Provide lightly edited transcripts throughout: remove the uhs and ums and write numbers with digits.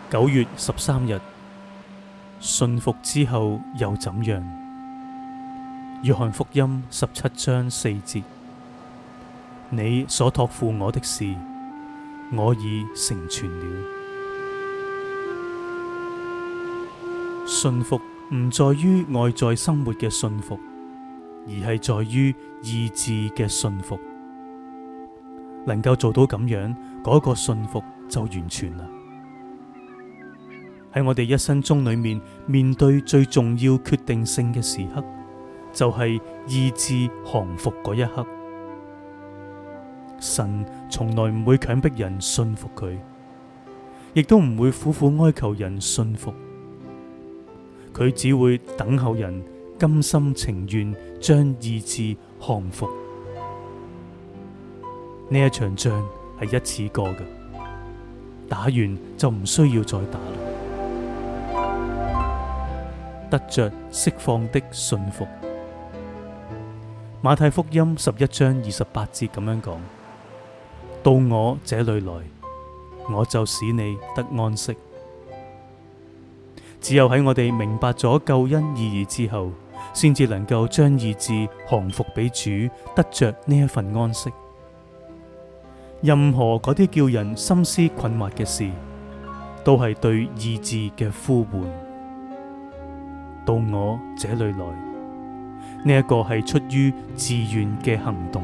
9月13日，信服之後又怎樣？約翰福音17章4節：你所託付我的事，我已成全了。信服唔在於外在生活嘅信服，而係在於意志嘅信服。能夠做到咁樣，嗰個信服就完全啦。喺我哋一生中裏面對最重要決定性嘅時刻，就係意志降服嗰一刻。神從來唔會強迫人信服佢，亦都唔會苦苦哀求人信服。佢只會等候人甘心情願將意志降服。呢一場仗係一次過嘅，打完就唔需要再打啦。得着釋放的信服。馬太福音11章28節咁樣講：到我這裏來，我就使你得安息。只有喺我哋明白咗救恩意義之後，先至能夠將意志降服俾主，得着呢一份安息。任何嗰啲叫人心思困惑嘅事，都係對意志嘅呼喚。到我這裏來，呢一個係出於自願嘅行動。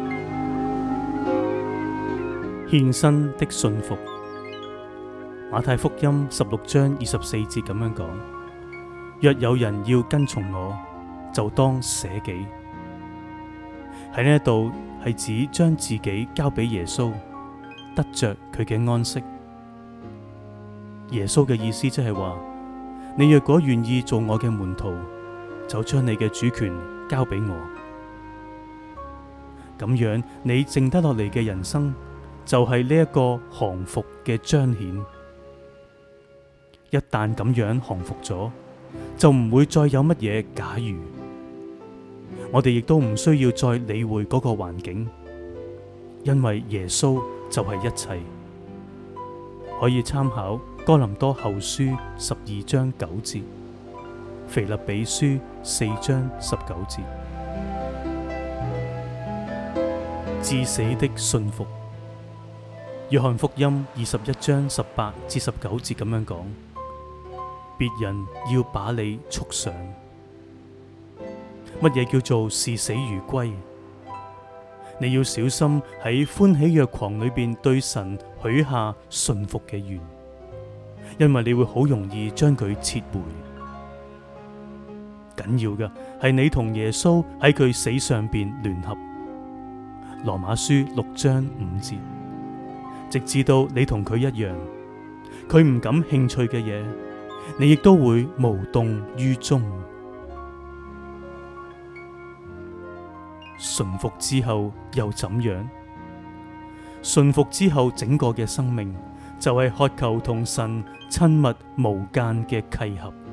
獻身的信服。馬太福音16章24節咁樣講：若有人要跟從我，就當捨己。喺呢一度係指將自己交俾耶穌，得着佢嘅安息。耶穌嘅意思即係話，你若果願意做我嘅門徒，就將你嘅主權交俾我。咁樣你剩得落嚟嘅人生，就係呢一個降服嘅彰顯。一旦咁樣降服咗，就唔會再有乜嘢假如。我哋亦都唔需要再理會嗰個環境，因為耶穌就係一切。可以參考哥林多後書12章9節，腓立比書4章19節。至死的信服。約翰福音21章18至19節咁樣講：別人要把你束上。乜嘢叫做視死如歸？你要小心喺歡喜若狂裏邊對神許下信服嘅願，因為你會好容易將佢撤回。緊要嘅係你同耶穌喺佢死上邊聯合。羅馬書6章5節，直至到你同佢一樣，佢唔感興趣嘅嘢，你亦都會無動於衷。順服之後又怎樣？順服之後整個嘅生命就係渴求同神親密無間嘅契合。